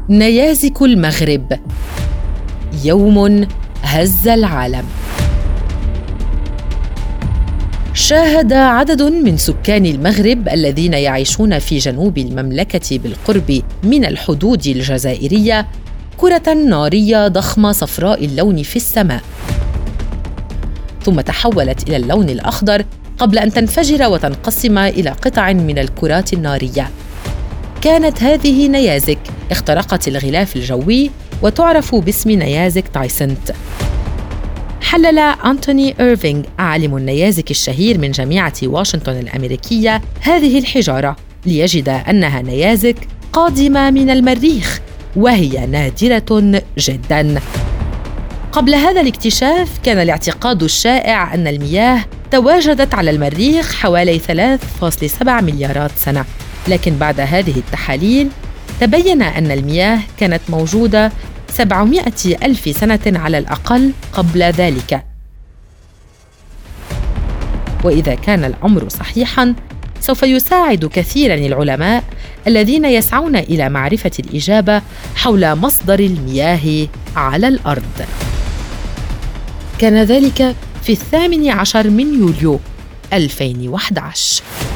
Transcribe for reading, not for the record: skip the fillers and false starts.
نيازك المغرب، يوم هز العالم. شاهد عدد من سكان المغرب الذين يعيشون في جنوب المملكة بالقرب من الحدود الجزائرية كرة نارية ضخمة صفراء اللون في السماء، ثم تحولت إلى اللون الأخضر قبل أن تنفجر وتنقسم إلى قطع من الكرات النارية. كانت هذه نيازك اخترقت الغلاف الجوي وتعرف باسم نيازك تايسنت. حلل أنتوني إيرفينغ عالم النيازك الشهير من جامعة واشنطن الأمريكية هذه الحجارة ليجد أنها نيازك قادمة من المريخ، وهي نادرة جداً. قبل هذا الاكتشاف كان الاعتقاد الشائع أن المياه تواجدت على المريخ حوالي 3.7 مليارات سنة، لكن بعد هذه التحاليل تبين أن المياه كانت موجودة 700 ألف سنة على الأقل قبل ذلك. وإذا كان الأمر صحيحاً سوف يساعد كثيراً العلماء الذين يسعون إلى معرفة الإجابة حول مصدر المياه على الأرض. كان ذلك في 18 من يوليو 2011.